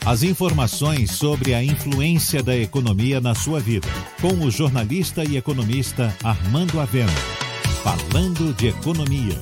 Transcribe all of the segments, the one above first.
As informações sobre a influência da economia na sua vida, com o jornalista e economista Armando Avena. Falando de economia.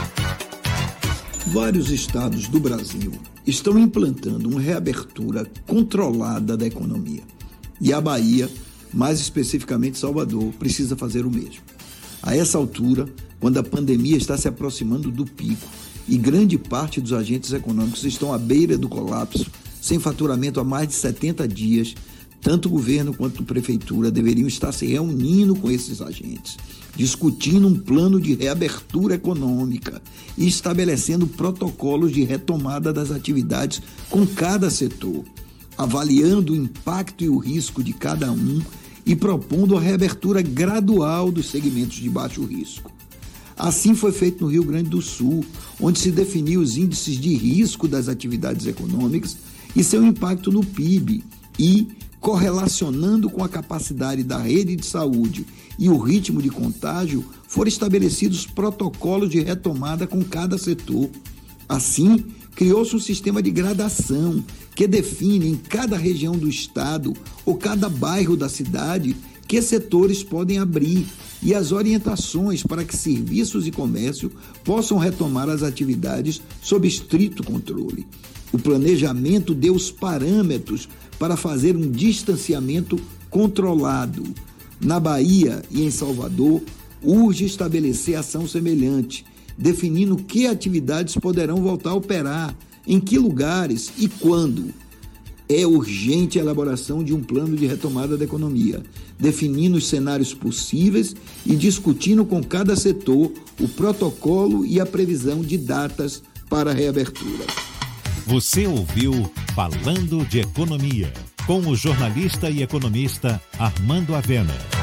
Vários estados do Brasil estão implantando uma reabertura controlada da economia. E a Bahia, mais especificamente Salvador, precisa fazer o mesmo. A essa altura, quando a pandemia está se aproximando do pico e grande parte dos agentes econômicos estão à beira do colapso, sem faturamento há mais de 70 dias, tanto o governo quanto a prefeitura deveriam estar se reunindo com esses agentes, discutindo um plano de reabertura econômica e estabelecendo protocolos de retomada das atividades com cada setor, avaliando o impacto e o risco de cada um e propondo a reabertura gradual dos segmentos de baixo risco. Assim foi feito no Rio Grande do Sul, onde se definiu os índices de risco das atividades econômicas e seu impacto no PIB e, correlacionando com a capacidade da rede de saúde e o ritmo de contágio, foram estabelecidos protocolos de retomada com cada setor. Assim, criou-se um sistema de gradação que define em cada região do estado ou cada bairro da cidade que setores podem abrir e as orientações para que serviços e comércio possam retomar as atividades sob estrito controle. O planejamento deu os parâmetros para fazer um distanciamento controlado. Na Bahia e em Salvador, urge estabelecer ação semelhante, definindo que atividades poderão voltar a operar, em que lugares e quando. É urgente a elaboração de um plano de retomada da economia, definindo os cenários possíveis e discutindo com cada setor o protocolo e a previsão de datas para a reabertura. Você ouviu Falando de Economia, com o jornalista e economista Armando Avena.